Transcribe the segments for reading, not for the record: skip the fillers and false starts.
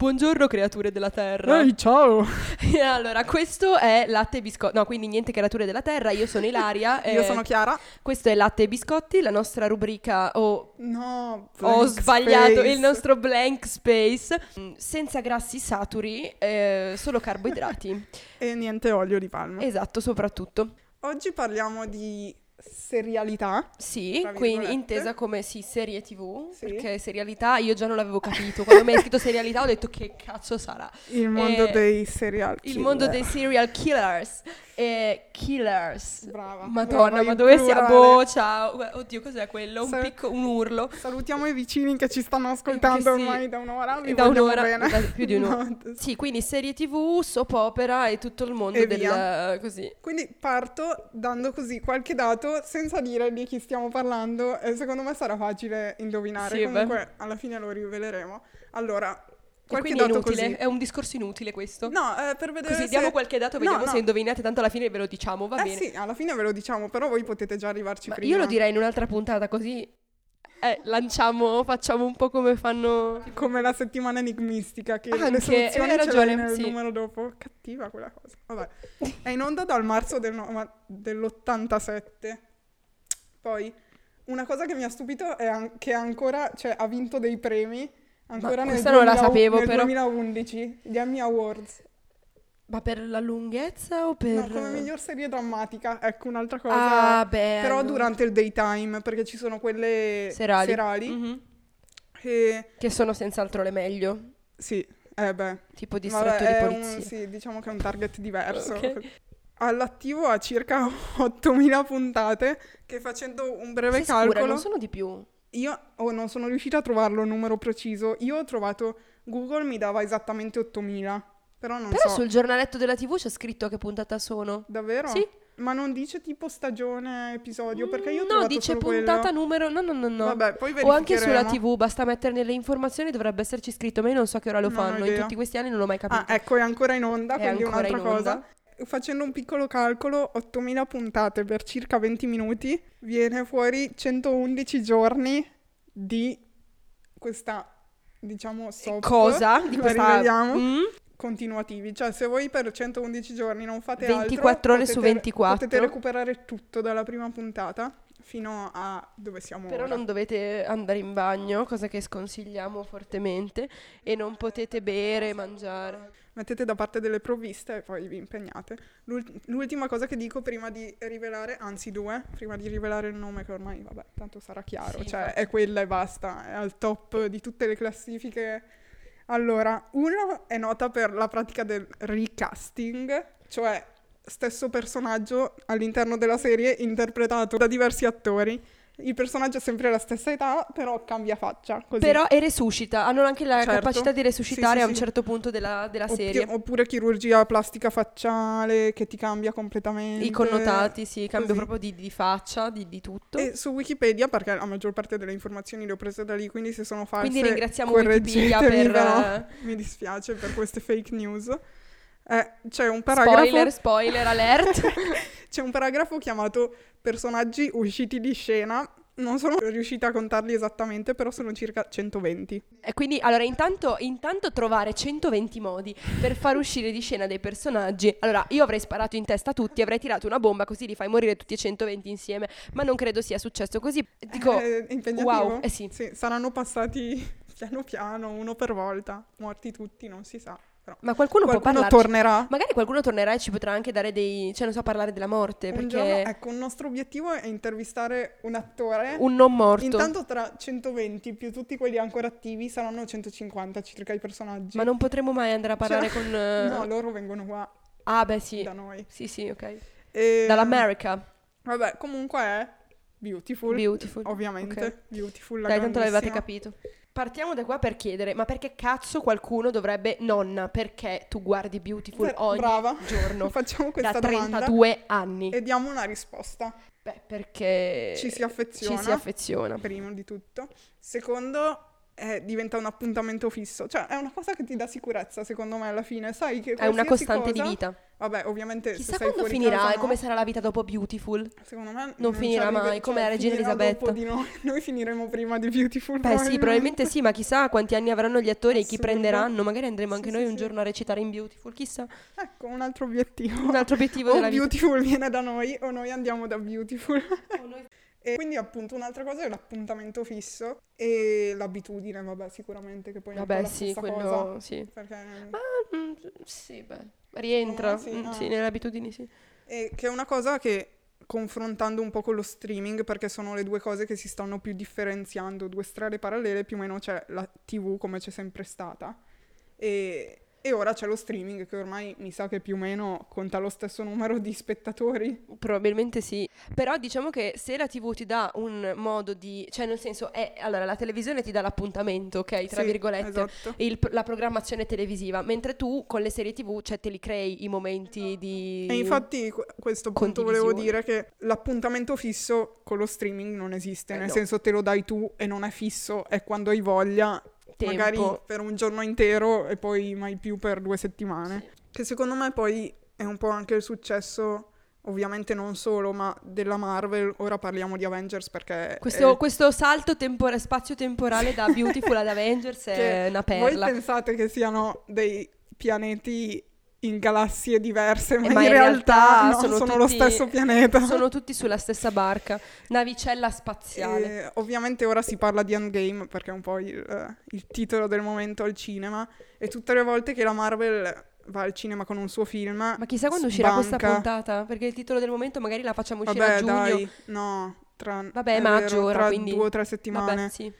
Buongiorno creature della terra. Ehi, ciao! Allora, questo è Latte e Biscotti. No, quindi niente creature della terra. Io sono Ilaria. Io sono Chiara. Questo è Latte e Biscotti, la nostra rubrica. No, Ho blank sbagliato, space. il nostro blank space. Senza grassi saturi, solo carboidrati. E niente olio di palma. Esatto, soprattutto. Oggi parliamo di serialità. Sì, tra quindi virgolette. intesa come serie TV, Sì. perché serialità io già non l'avevo capito. Quando mi hai scritto serialità ho detto che cazzo sarà. Il mondo dei serial killer. Il mondo dei serial killers. Killers. Brava. Madonna, brava, ma il dove siamo? plurale. Boh, ciao. Oddio, cos'è quello? Un urlo. Salutiamo i vicini che ci stanno ascoltando Che sì. ormai da un'ora. Vi Da vogliamo un'ora, bene. più di un'ora. No, Sì, quindi serie TV, soap opera e tutto il mondo E del via. così. Quindi parto dando così qualche dato senza dire di chi stiamo parlando e secondo me sarà facile indovinare. Sì, Comunque alla fine lo riveleremo. Allora, E qualche quindi è dato inutile, così. è un discorso inutile questo. No, per vedere Così se... diamo qualche dato, vediamo No, se indovinate, tanto alla fine ve lo diciamo, va bene. sì, alla fine ve lo diciamo, però voi potete già arrivarci Ma prima. io lo direi in un'altra puntata, così lanciamo, facciamo un po' come fanno. Come la settimana enigmistica, che Anche, le soluzioni hai ce ragione, l'hai nel sì. numero dopo. Cattiva quella cosa. Vabbè. È in onda dal marzo dell'87. Poi, una cosa che mi ha stupito è che ancora, cioè, ha vinto dei premi, ancora nel questa non la sapevo, nel però. 2011, gli Emmy Awards. Ma per la lunghezza o per... No, come miglior serie drammatica, ecco un'altra cosa. Ah, beh. Però durante il daytime, perché ci sono quelle serali. Mhm. Che sono senz'altro le meglio. sì, Tipo distretto vabbè, di polizia. sì, diciamo che è un target diverso. Ok. All'attivo ha circa 8.000 puntate, che facendo un breve Sei sicura? calcolo... Non sono di più. Io non sono riuscita a trovarlo il numero preciso. Io ho trovato... Google mi dava esattamente 8.000, però non Però so. sul giornaletto della TV c'è scritto a che puntata sono. Davvero? Sì. Ma non dice tipo stagione, episodio, perché io ho No, trovato dice solo puntata quello. numero. No. Vabbè, poi O anche verificheremo. sulla TV, basta mettere nelle informazioni, dovrebbe esserci scritto, ma io non so che ora lo Non ho fanno. In idea. tutti questi anni non l'ho mai capito. Ah, ecco, è ancora in onda, È quindi ancora un'altra in cosa. onda. Facendo un piccolo calcolo, 8.000 puntate per circa 20 minuti, viene fuori 111 giorni di questa, diciamo, soap. Cosa? Di La questa... rivediamo. Mm? Continuativi. Cioè, se voi per 111 giorni non fate 24 ore altro, su 24. potete recuperare tutto dalla prima puntata fino a dove siamo Però ora. non dovete andare in bagno, cosa che sconsigliamo fortemente, e non potete bere, mangiare. Mettete da parte delle provviste e poi vi impegnate. L'ultima cosa che dico prima di rivelare, anzi due, prima di rivelare il nome che ormai, vabbè, tanto sarà chiaro, Sì, cioè infatti. è quella e basta, è al top di tutte le classifiche. Allora, uno è nota per la pratica del recasting, cioè stesso personaggio all'interno della serie interpretato da diversi attori. Il personaggio è sempre la stessa età, però cambia faccia, così. Però e resuscita, hanno anche la Certo. capacità di resuscitare Sì, a un sì. certo punto della serie. Oppure chirurgia plastica facciale che ti cambia completamente. I connotati, sì, cambio Così. proprio di faccia, di tutto. E su Wikipedia, perché la maggior parte delle informazioni le ho prese da lì, quindi se sono false Quindi ringraziamo Wikipedia correggetemi, per... però mi dispiace per queste fake news. C'è un paragrafo Spoiler alert. c'è un paragrafo chiamato personaggi usciti di scena. Non sono riuscita a contarli esattamente, però sono circa 120. E quindi, allora, intanto trovare 120 modi per far uscire di scena dei personaggi. Allora, io avrei sparato in testa a tutti, avrei tirato una bomba, così li fai morire tutti e 120 insieme, ma non credo sia successo così. Dico, Impegnativo? wow, sì. Sì, saranno passati piano piano, uno per volta, morti tutti, non si sa. Però. Ma qualcuno può Qualcuno parlarci. tornerà. Magari qualcuno tornerà e ci potrà anche dare dei... Cioè, non so, parlare della morte, Un perché... giorno, ecco, il nostro obiettivo è intervistare un attore. Un non morto. Intanto tra 120 più tutti quelli ancora attivi saranno 150 circa i personaggi. Ma non potremo mai andare a parlare Cioè, con... No, loro vengono qua Ah, beh, sì. da noi. Sì, ok. E... Dall'America. Vabbè, comunque è Beautiful. Beautiful. Ovviamente. Ok. Beautiful, la Dai, tanto l'avevate grandissima. capito. Partiamo da qua per chiedere, ma perché cazzo qualcuno dovrebbe... Nonna, perché tu guardi Beautiful ogni Brava. giorno? Facciamo questa Da domanda 32 anni. e diamo una risposta. Beh, perché... Ci si affeziona. Ci si affeziona. Primo di tutto. Secondo, diventa un appuntamento fisso. Cioè, è una cosa che ti dà sicurezza, secondo me, alla fine. Sai che È una qualsiasi costante cosa... di vita. Vabbè, ovviamente Chissà se sei quando fuori finirà casa, e no. come sarà la vita dopo Beautiful. Secondo me Non finirà mai, come la regina finirà Elisabetta. dopo di noi. Noi finiremo prima di Beautiful. Beh sì, probabilmente sì, ma chissà quanti anni avranno gli attori e chi Assurdo. prenderanno. Magari andremo Sì, anche sì, noi un sì. giorno a recitare in Beautiful, chissà. Ecco, un altro obiettivo. Un altro obiettivo O della vita. Beautiful viene da noi o noi andiamo da Beautiful. E quindi appunto un'altra cosa è l'appuntamento fisso e l'abitudine, vabbè, sicuramente che poi è un po' Vabbè la sì, stessa quello cosa. sì. Perché... Sì, beh, rientra, Secondo me sì, sì, nelle abitudini sì. E che è una cosa che, confrontando un po' con lo streaming, perché sono le due cose che si stanno più differenziando, due strade parallele, più o meno c'è la TV come c'è sempre stata. E ora c'è lo streaming che ormai mi sa che più o meno conta lo stesso numero di spettatori. Probabilmente sì, però diciamo che se la TV ti dà un modo di, cioè nel senso allora la televisione ti dà l'appuntamento, ok, tra Sì, virgolette, esatto. la programmazione televisiva, mentre tu con le serie TV, cioè te li crei i momenti di E infatti questo appunto volevo condivisione. dire che l'appuntamento fisso con lo streaming non esiste, nel no. senso te lo dai tu e non è fisso, è quando hai voglia, Tempo. magari per un giorno intero e poi mai più per 2 settimane. Sì. Che secondo me poi è un po' anche il successo, ovviamente non solo, ma della Marvel. Ora parliamo di Avengers perché... Questo salto spazio-temporale da Beautiful ad Avengers è una perla. Voi pensate che siano dei pianeti in galassie diverse, ma Ma in in realtà no, sono sono lo tutti- stesso pianeta. Sono tutti sulla stessa barca, navicella spaziale. Ovviamente ora si parla di Endgame perché è un po' il titolo del momento al cinema, e tutte le volte che la Marvel va al cinema con un suo film, Ma chissà quando uscirà questa sbanca. puntata, perché il titolo del momento magari la facciamo uscire Vabbè, a giugno. dai, no, Vabbè, è maggio vero, ora, tra quindi 2 o 3 settimane. Vabbè, sì,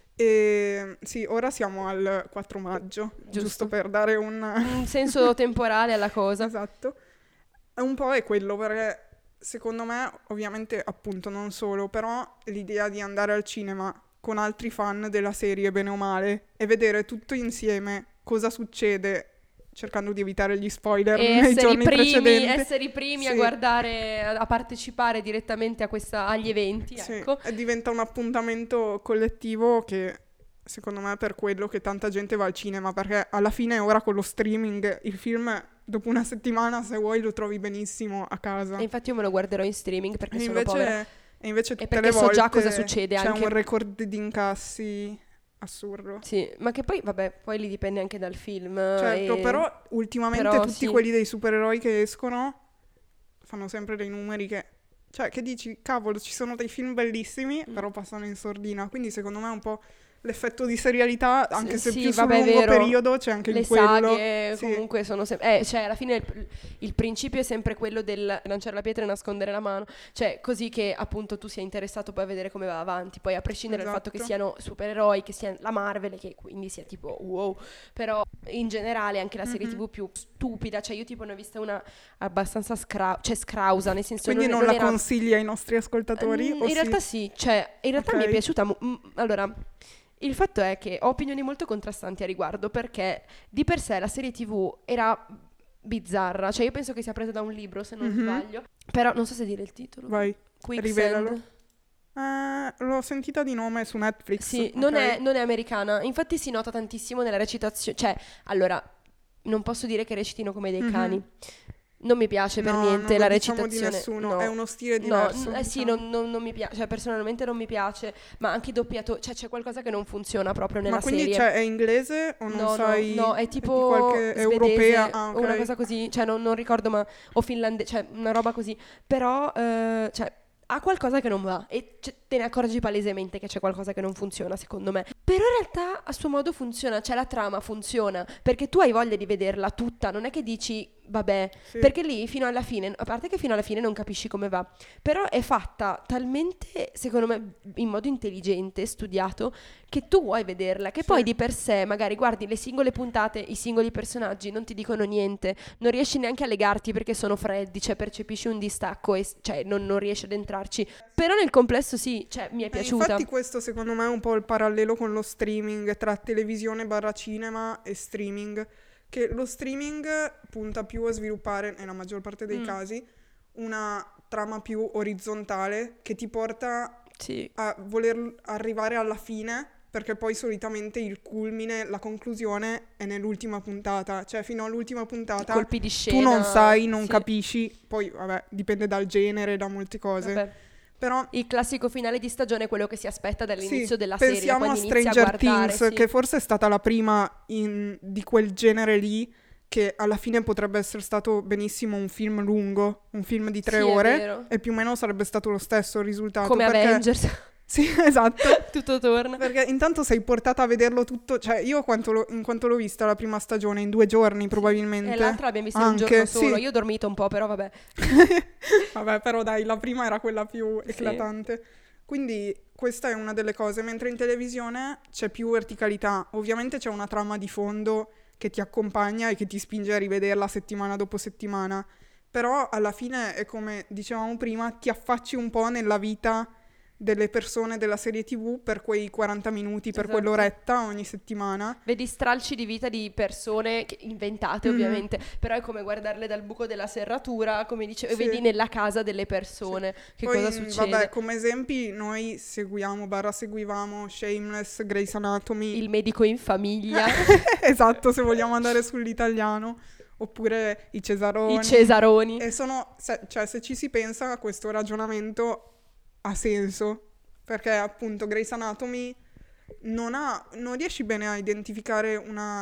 E sì, ora siamo al 4 maggio, giusto per dare un... un senso temporale alla cosa. Esatto. Un po' è quello, perché secondo me, ovviamente, appunto, non solo, però l'idea di andare al cinema con altri fan della serie, bene o male, e vedere tutto insieme cosa succede, cercando di evitare gli spoiler E nei giorni precedenti. essere i primi a Sì. guardare, a partecipare direttamente agli eventi, Sì, ecco. e diventa un appuntamento collettivo che secondo me è per quello che tanta gente va al cinema, perché alla fine ora con lo streaming il film dopo una settimana, se vuoi, lo trovi benissimo a casa. E infatti io me lo guarderò in streaming perché E sono povera. invece E tutte perché le so volte già cosa succede c'è anche. un record di incassi assurdo. Sì, ma che poi, vabbè, poi lì dipende anche dal film. Certo, però ultimamente però tutti sì. quelli dei supereroi che escono fanno sempre dei numeri che... Cioè, che dici, cavolo, ci sono dei film bellissimi, però passano in sordina. Quindi secondo me è un po' l'effetto di serialità, anche se sì, più sul vabbè, è lungo vero. periodo c'è anche Le in quello. saghe Sì. comunque sono sempre... cioè alla fine il principio è sempre quello del lanciare la pietra e nascondere la mano. Cioè così che appunto tu sia interessato poi a vedere come va avanti. Poi a prescindere dal fatto che Esatto. siano supereroi, che sia la Marvel e che quindi sia tipo wow. Però in generale anche la serie TV più stupida. Cioè io tipo ne ho vista una abbastanza scrausa, nel senso Quindi non la era... consigli ai nostri ascoltatori? o in sì? realtà sì, cioè in realtà Ok. mi è piaciuta. Allora, il fatto è che ho opinioni molto contrastanti a riguardo perché di per sé la serie TV era bizzarra, cioè io penso che sia presa da un libro se non sbaglio, però non so se dire il titolo. Vai, Quicksand. rivelalo. L'ho sentita di nome su Netflix. Sì, ok. non è americana, infatti si nota tantissimo nella recitazione, cioè allora non posso dire che recitino come dei cani. Non mi piace per No, niente non la lo diciamo recitazione. di nessuno, no. è uno stile No, diverso. sì, diciamo. non mi piace, cioè personalmente non mi piace, ma anche i doppiatori, cioè c'è qualcosa che non funziona proprio nella Ma quindi serie. cioè, è inglese o non No, sai? no, è di tipo qualche svedese, europea? Ah, ok. o una cosa così, cioè non ricordo, ma o finlandese, cioè una roba così. Però, cioè, ha qualcosa che non va e te ne accorgi palesemente che c'è qualcosa che non funziona, secondo me. Però in realtà a suo modo funziona, cioè la trama funziona, perché tu hai voglia di vederla tutta, non è che dici vabbè, Sì. perché lì fino alla fine, a parte che fino alla fine non capisci come va, però è fatta talmente, secondo me, in modo intelligente, studiato, che tu vuoi vederla, che Sì. poi di per sé magari guardi le singole puntate, i singoli personaggi non ti dicono niente, non riesci neanche a legarti perché sono freddi, cioè percepisci un distacco e cioè non riesci ad entrarci, però nel complesso sì, cioè mi è piaciuta. Infatti questo secondo me è un po' il parallelo con lo streaming, tra televisione / cinema e streaming, che lo streaming punta più a sviluppare, nella maggior parte dei casi, una trama più orizzontale che ti porta Sì. a voler arrivare alla fine perché poi solitamente il culmine, la conclusione è nell'ultima puntata, cioè fino all'ultima puntata Colpi di scena. tu non sai, non sì. capisci, poi vabbè, dipende dal genere, da molte cose. Vabbè. Però Il classico finale di stagione è quello che si aspetta dall'inizio sì, della serie, pensiamo quando a inizia a Stranger guardare, Things, sì. che forse è stata la prima di quel genere lì, che alla fine potrebbe essere stato benissimo un film lungo, un film di 3 Sì, è ore, vero. e più o meno sarebbe stato lo stesso il risultato. Come perché... Avengers. Sì, esatto. Tutto torna. Perché intanto sei portata a vederlo tutto, cioè io in quanto l'ho vista la prima stagione, in 2 giorni probabilmente. E l'altra l'abbiamo vista in un Anche, giorno solo. sì. Io ho dormito un po', però vabbè. Vabbè, però dai, la prima era quella più eclatante. Quindi questa è una delle cose, mentre in televisione c'è più verticalità. Ovviamente c'è una trama di fondo che ti accompagna e che ti spinge a rivederla settimana dopo settimana. Però alla fine è come dicevamo prima, ti affacci un po' nella vita delle persone della serie TV per quei 40 minuti, per Esatto. quell'oretta ogni settimana. Vedi stralci di vita di persone inventate ovviamente, però è come guardarle dal buco della serratura, come dicevo, Sì. vedi nella casa delle persone che Poi, cosa succede. vabbè, come esempi noi seguivamo Shameless, Grey's Anatomy. Il medico in famiglia, Esatto, se vogliamo andare sull'italiano. Oppure i Cesaroni. i Cesaroni. E cioè, se ci si pensa, a questo ragionamento ha senso. Perché appunto Grey's Anatomy non riesci bene a identificare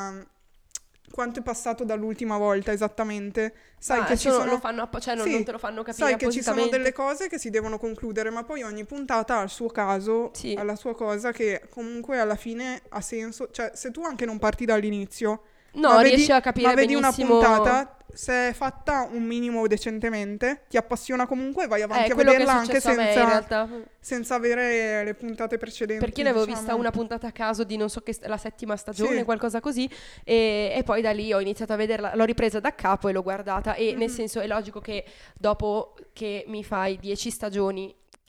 quanto è passato dall'ultima volta esattamente. Sai che ci sono... lo fanno cioè Sì, non te lo fanno capire sai che ci sono appositamente. delle cose che si devono concludere, ma poi ogni puntata ha il suo caso, Sì. ha la sua cosa che comunque alla fine ha senso. Cioè, se tu anche non parti dall'inizio, No, ma riesci a capire ma vedi benissimo. una puntata, se è fatta un minimo decentemente, ti appassiona comunque e vai avanti a quello che è vederla anche successo a me, in realtà. senza avere le puntate precedenti. Perché ne avevo diciamo. vista una puntata a caso di non so che la 7ª stagione, Sì. qualcosa così, e poi da lì ho iniziato a vederla, l'ho ripresa da capo e l'ho guardata, e nel senso è logico che dopo che mi fai 10 stagioni,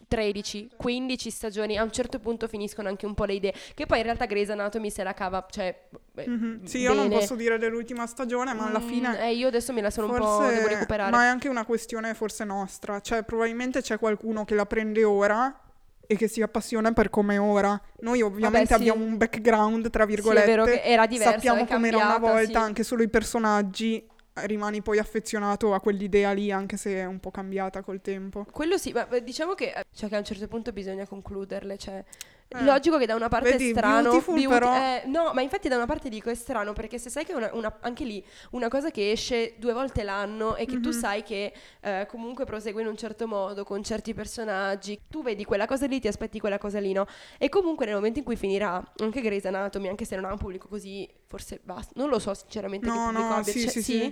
13, 15 stagioni, a un certo punto finiscono anche un po' le idee, che poi in realtà Grey's Anatomy se la cava, cioè Sì, io non bene. posso dire dell'ultima stagione, ma alla fine... io adesso me la sono un po', forse- devo recuperare. Ma è anche una questione forse nostra, cioè probabilmente c'è qualcuno che la prende ora e che si appassiona per come è ora. Noi ovviamente sì. abbiamo un background, tra Sì, è virgolette, vero che era diversa, sappiamo è com'era una cambiata, volta, sì. anche solo i personaggi, rimani poi affezionato a quell'idea lì, anche se è un po' cambiata col tempo. Quello sì, ma diciamo che, cioè, che a un certo punto bisogna concluderle, cioè logico che da una parte Vedi, è strano, Beautiful però- no, ma infatti da una parte dico è strano perché se sai che anche lì una cosa che esce 2 volte l'anno e che tu sai che comunque prosegue in un certo modo con certi personaggi, tu vedi quella cosa lì, ti aspetti quella cosa lì, no? E comunque nel momento in cui finirà anche Grey's Anatomy, anche se non ha un pubblico così, forse basta, non lo so sinceramente che No, pubblico no, abbia, sì, cioè, sì.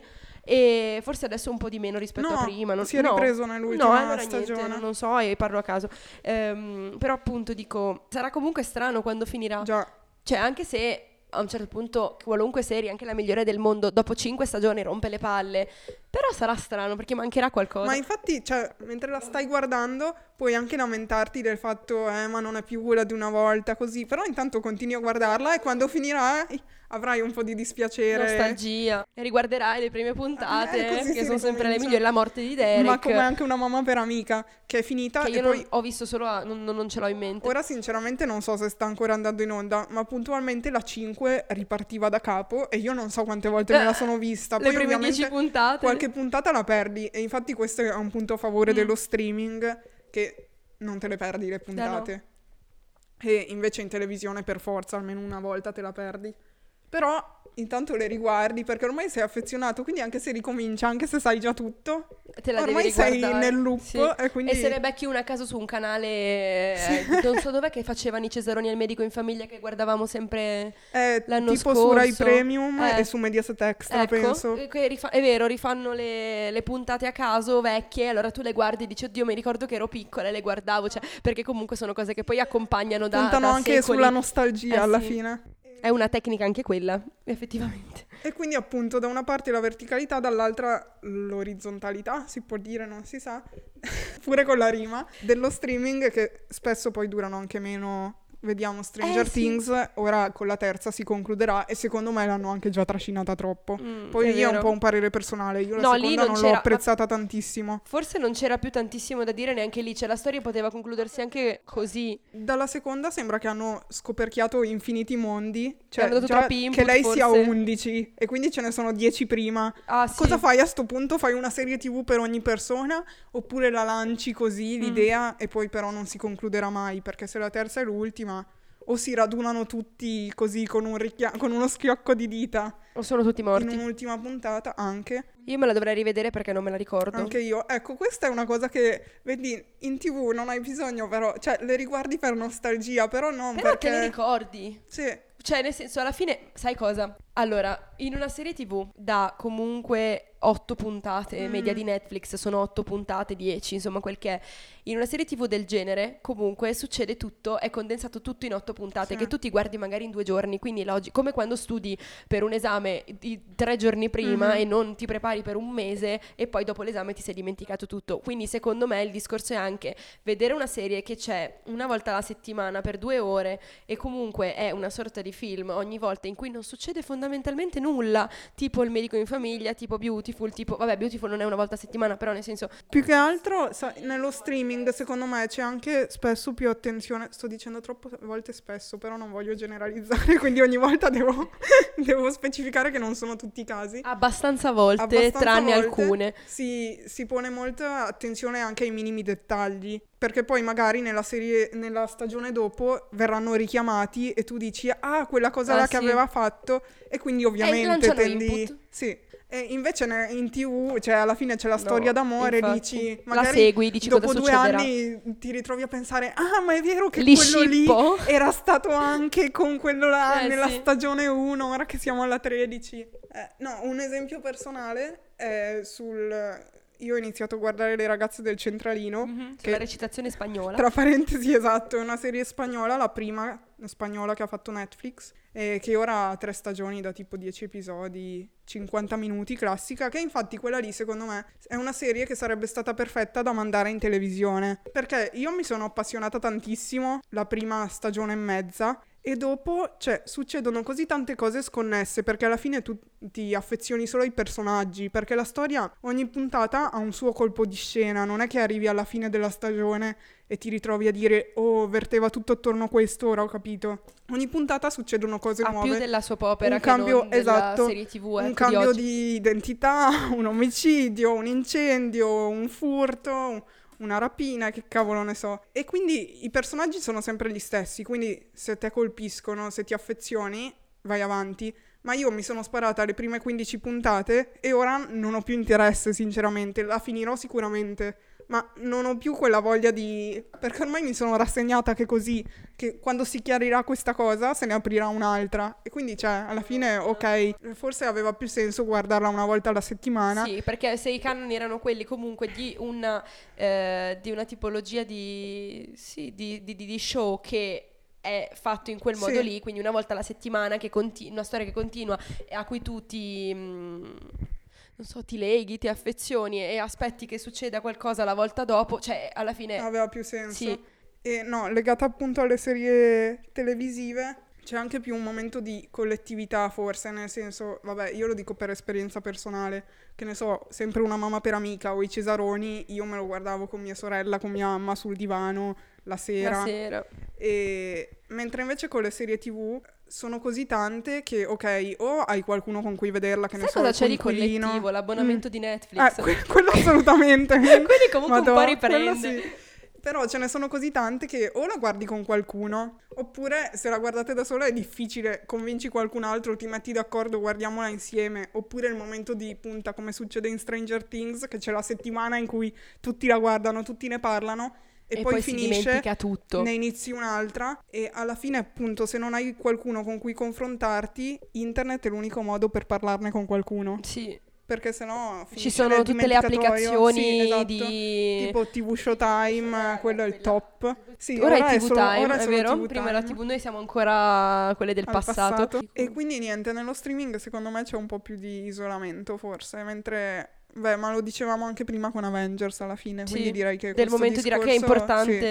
e forse adesso un po' di meno rispetto No, a prima. si è ripreso nell'ultima no, allora stagione. Niente, non so e parlo a caso. Però appunto dico, sarà comunque strano quando finirà. Già. Cioè anche se a un certo punto qualunque serie, anche la migliore del mondo, dopo 5 stagioni rompe le palle, però sarà strano perché mancherà qualcosa. Ma infatti, cioè, mentre la stai guardando, puoi anche lamentarti del fatto, ma non è più quella di una volta, così. Però intanto continui a guardarla e quando finirà avrai un po' di dispiacere. Nostalgia. E riguarderai le prime puntate, così che si sono sempre le ricomincia. migliori. La morte di Derek. Ma come anche Una mamma per amica, che è finita che e io poi... non ho visto solo non ce l'ho in mente. Ora sinceramente non so se sta ancora andando in onda, ma puntualmente la 5 ripartiva da capo e io non so quante volte me la sono vista. Le Poi prime ovviamente 10 puntate. qualche puntata la perdi e infatti questo è un punto a favore dello streaming, che non te le perdi le puntate. E invece in televisione per forza almeno una volta te la perdi. Però intanto le riguardi perché ormai sei affezionato, quindi anche se ricomincia, anche se sai già tutto, Te la ormai devi sei riguardare. nel loop Sì. e quindi... E se ne becchi una a caso su un canale, non so dov'è che facevano i Cesaroni al medico in famiglia che guardavamo sempre l'anno tipo scorso. su Rai Premium e su Mediaset Extra, ecco, penso. è vero, rifanno le puntate a caso vecchie, allora tu le guardi e dici oddio mi ricordo che ero piccola e le guardavo, cioè, perché comunque sono cose che poi accompagnano da Puntano anche secoli. sulla nostalgia alla sì. fine. È una tecnica anche quella, effettivamente. E quindi appunto da una parte la verticalità, dall'altra l'orizzontalità, si può dire, non si sa, pure con la rima, dello streaming che spesso poi durano anche meno vediamo Stranger Things, ora con la terza si concluderà e secondo me l'hanno anche già trascinata troppo. Poi lì è un po' un parere personale, io la seconda non l'ho apprezzata tantissimo. Forse non c'era più tantissimo da dire neanche lì, cioè la storia poteva concludersi anche così. Dalla seconda sembra che hanno scoperchiato infiniti mondi, cioè hanno dato già troppi input, che lei forse. sia 11 e quindi ce ne sono 10 prima. Cosa fai a sto punto? Fai una serie TV per ogni persona oppure la lanci così l'idea e poi però non si concluderà mai, perché se la terza è l'ultima o si radunano tutti così con uno schiocco di dita o sono tutti morti in un'ultima puntata anche. Io me la dovrei rivedere perché non me la ricordo. Anche io. Ecco, questa è una cosa che vedi in TV non hai bisogno, però cioè le riguardi per nostalgia, però non però perché te le ricordi. Sì. Cioè, nel senso, alla fine, sai cosa? Allora, in una serie TV da comunque 8 puntate, media di Netflix sono 8 puntate, 10, insomma quel che è. In una serie TV del genere, comunque, succede tutto, è condensato tutto in 8 puntate, che tu ti guardi magari in 2 giorni, quindi come quando studi per un esame di 3 giorni prima e non ti prepari per un mese e poi dopo l'esame ti sei dimenticato tutto. Quindi secondo me il discorso è anche vedere una serie che c'è una volta alla settimana per 2 ore e comunque è una sorta di film ogni volta in cui non succede fondamentalmente nulla, tipo Il medico in famiglia, tipo Beautiful, vabbè, Beautiful non è una volta a settimana, però nel senso più che altro nello streaming secondo me c'è anche spesso più attenzione, sto dicendo troppe volte spesso, però non voglio generalizzare, quindi ogni volta devo specificare che non sono tutti i casi. Abbastanza volte, tranne alcune. Si pone molta attenzione anche ai minimi dettagli, perché poi magari nella stagione dopo verranno richiamati e tu dici quella cosa là che aveva fatto, e quindi ovviamente tendi input. Sì. E invece in TV, cioè alla fine c'è la storia d'amore, infatti. Dici la segui, dici dopo cosa 2 succederà. anni ti ritrovi a pensare ma è vero che Li quello scippo. lì era stato anche con quello là nella sì. stagione 1, ora che siamo alla 13. No, un esempio personale è io ho iniziato a guardare Le ragazze del centralino, che la recitazione spagnola. Tra parentesi, esatto, è una serie spagnola, la prima spagnola che ha fatto Netflix, che ora ha 3 stagioni da tipo 10 episodi, 50 minuti, classica, che infatti quella lì secondo me è una serie che sarebbe stata perfetta da mandare in televisione, perché io mi sono appassionata tantissimo la prima stagione e mezza, e dopo, succedono così tante cose sconnesse, perché alla fine tu ti affezioni solo ai personaggi, perché la storia, ogni puntata ha un suo colpo di scena, non è che arrivi alla fine della stagione e ti ritrovi a dire verteva tutto attorno a questo, ora ho capito. Ogni puntata succedono cose nuove. Ha più della soap opera non della serie TV. Un cambio di identità, un omicidio, un incendio, un furto, una rapina, che cavolo ne so. E quindi i personaggi sono sempre gli stessi, quindi se te colpiscono, se ti affezioni, vai avanti. Ma io mi sono sparata le prime 15 puntate e ora non ho più interesse, sinceramente. La finirò sicuramente, ma non ho più quella voglia perché ormai mi sono rassegnata che quando si chiarirà questa cosa se ne aprirà un'altra. E quindi, alla fine, ok, forse aveva più senso guardarla una volta alla settimana. Sì, perché se i canoni erano quelli comunque di una tipologia di show che è fatto in quel modo lì, quindi una volta alla settimana, una storia che continua e a cui tu ti leghi, ti affezioni e aspetti che succeda qualcosa la volta dopo, alla fine aveva più senso. Sì. E no, legata appunto alle serie televisive c'è anche più un momento di collettività, forse, nel senso, vabbè, io lo dico per esperienza personale, che ne so, sempre Una mamma per amica o I Cesaroni, io me lo guardavo con mia sorella, con mia mamma sul divano la sera. E mentre invece con le serie TV sono così tante che, ok, o hai qualcuno con cui vederla, che ne so, cosa c'è di coinquilino. collettivo? L'abbonamento di Netflix. Quello assolutamente. Quindi comunque un po' riprende. Sì. Però ce ne sono così tante che o la guardi con qualcuno, oppure se la guardate da sola è difficile, convinci qualcun altro, ti metti d'accordo, guardiamola insieme. Oppure il momento di punta, come succede in Stranger Things, che c'è la settimana in cui tutti la guardano, tutti ne parlano, e poi finisce, si dimentica tutto. Ne inizi un'altra, e alla fine appunto se non hai qualcuno con cui confrontarti, internet è l'unico modo per parlarne con qualcuno. Sì. Perché sennò ci sono tutte le applicazioni sì, esatto. di tipo TV Showtime, quello è il top. Sì, ora è TV solo, Time, ora è vero? TV Prima Time. era TV, noi siamo ancora quelle del passato. E quindi niente, nello streaming secondo me c'è un po' più di isolamento forse, mentre ma lo dicevamo anche prima con Avengers alla fine, quindi direi che del momento discorso, che è importante. Sì,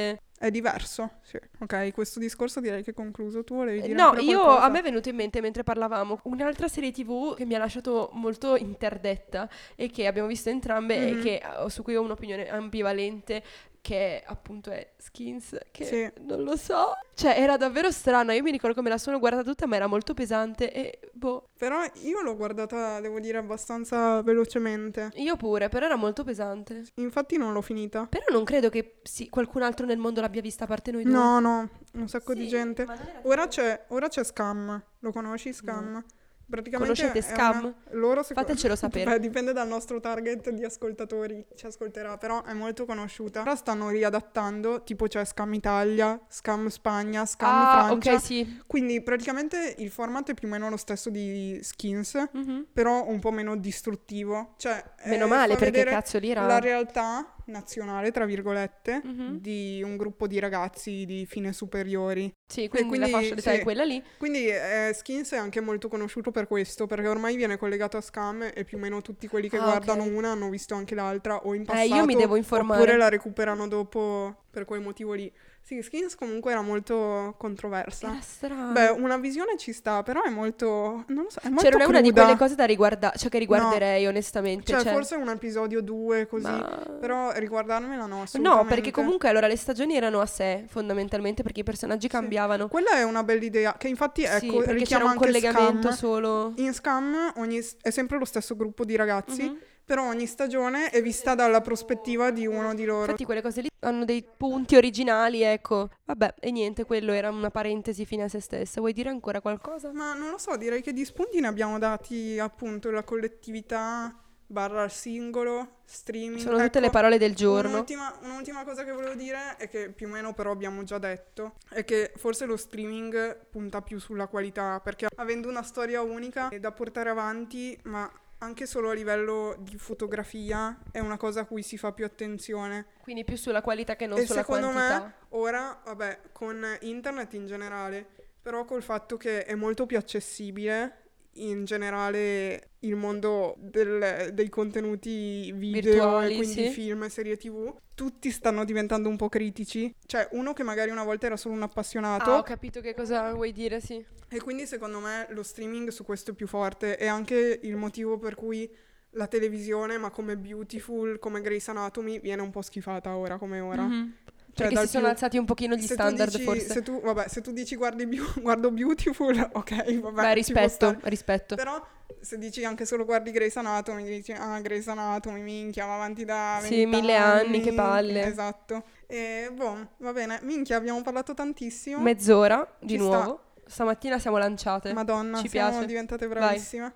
è diverso. Sì. Ok, questo discorso direi che è concluso. Tu volevi dire No, ancora a qualcosa? me è venuto in mente mentre parlavamo un'altra serie TV che mi ha lasciato molto interdetta e che abbiamo visto entrambe e che, su cui ho un'opinione ambivalente, che appunto è Skins, che Sì. non lo so. Cioè, era davvero strana. Io mi ricordo come la sono guardata tutta, ma era molto pesante e boh. Però io l'ho guardata, devo dire, abbastanza velocemente. Io pure, però era molto pesante. Infatti non l'ho finita. Però non credo che qualcun altro nel mondo l'abbia vista a parte noi due. No, un sacco di Sì, gente. ma non era Ora c'è Scam. Lo conosci Scam? Praticamente Conoscete è Scam? loro Fatecelo sapere. Beh, dipende dal nostro target di ascoltatori, ci ascolterà, però è molto conosciuta. Ora stanno riadattando, tipo c'è Scam Italia, Scam Spagna, Scam Francia. Ok, sì. Quindi praticamente il format è più o meno lo stesso di Skins, Mhm. però un po' meno distruttivo. Cioè, Meno male, fa perché vedere cazzo lì era... la realtà nazionale, tra virgolette, Mhm. di un gruppo di ragazzi di fine superiori. Sì, quindi la quindi, fascia d'età sì. è quella lì. Quindi Skins è anche molto conosciuto per questo, perché ormai viene collegato a Scam e più o meno tutti quelli che guardano ok. una hanno visto anche l'altra o in passato, Io mi devo informare. oppure la recuperano dopo per quel motivo lì. Sì, Skins comunque era molto controversa. Era strano. Beh, una visione ci sta, però è molto, non lo so, è molto Cioè, non è una di cruda. quelle cose da riguardare, cioè che riguarderei onestamente. Cioè, forse un episodio 2 così, ma- però riguardarmela no, No, assolutamente. perché comunque allora le stagioni erano a sé, fondamentalmente, perché i personaggi cambiavano. Quella è una bella idea, che infatti, Sì, ecco, perché c'era richiama un anche collegamento Scam. solo... In Scam è sempre lo stesso gruppo di ragazzi, Mhm. però ogni stagione è vista dalla prospettiva di uno di loro. Infatti quelle cose lì hanno dei punti originali, ecco. Vabbè, e niente, quello era una parentesi fine a se stessa. Vuoi dire ancora qualcosa? Ma non lo so, direi che di spunti ne abbiamo dati appunto la collettività / singolo, streaming. Sono tutte Ecco, le parole del giorno. un'ultima cosa che volevo dire è che più o meno però abbiamo già detto, è che forse lo streaming punta più sulla qualità, perché avendo una storia unica da portare avanti, ma anche solo a livello di fotografia, è una cosa a cui si fa più attenzione. Quindi più sulla qualità che non E sulla secondo quantità. me ora, vabbè, con internet in generale, però col fatto che è molto più accessibile in generale il mondo dei contenuti video Virtuali, e quindi sì. film e serie TV, tutti stanno diventando un po' critici. Cioè, uno che magari una volta era solo un appassionato, Ho capito che cosa vuoi dire, sì. e quindi secondo me lo streaming su questo è più forte, e anche il motivo per cui la televisione, ma come Beautiful, come Grey's Anatomy, viene un po' schifata ora come ora. Mhm. Cioè, Perché dal si sono più- alzati un pochino gli se tu standard, dici- forse. se tu dici guardo Beautiful, ok, vabbè. Beh, ci può stare. rispetto. Però se dici anche solo guardi Grey's Anatomy, dici, Grey's Anatomy, minchia, va avanti da Sì, 20 1000 anni, che palle. Esatto. E boh, va bene. Minchia, abbiamo parlato tantissimo. Mezz'ora, di Ci sta. nuovo. Stamattina siamo lanciate. Madonna, Ci siamo piace. diventate Vai. bravissime.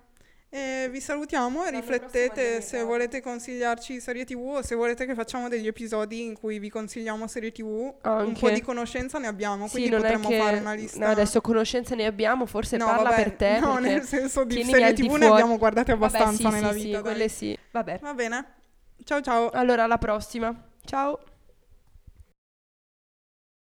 E vi salutiamo e L'anno riflettete prossimo andiamo in se Italia. volete consigliarci serie TV o se volete che facciamo degli episodi in cui vi consigliamo serie TV. Un Anche. po' di conoscenza ne abbiamo, Sì, quindi non è potremmo che... fare una lista. No, adesso conoscenze ne abbiamo, forse No, parla vabbè, per te. no, perché nel senso di tienimi serie al di TV ne fuori. abbiamo guardate abbastanza Vabbè, sì, nella sì, vita, sì, dai. quelle sì. Vabbè. Va bene. Ciao ciao. Allora, alla prossima. Ciao.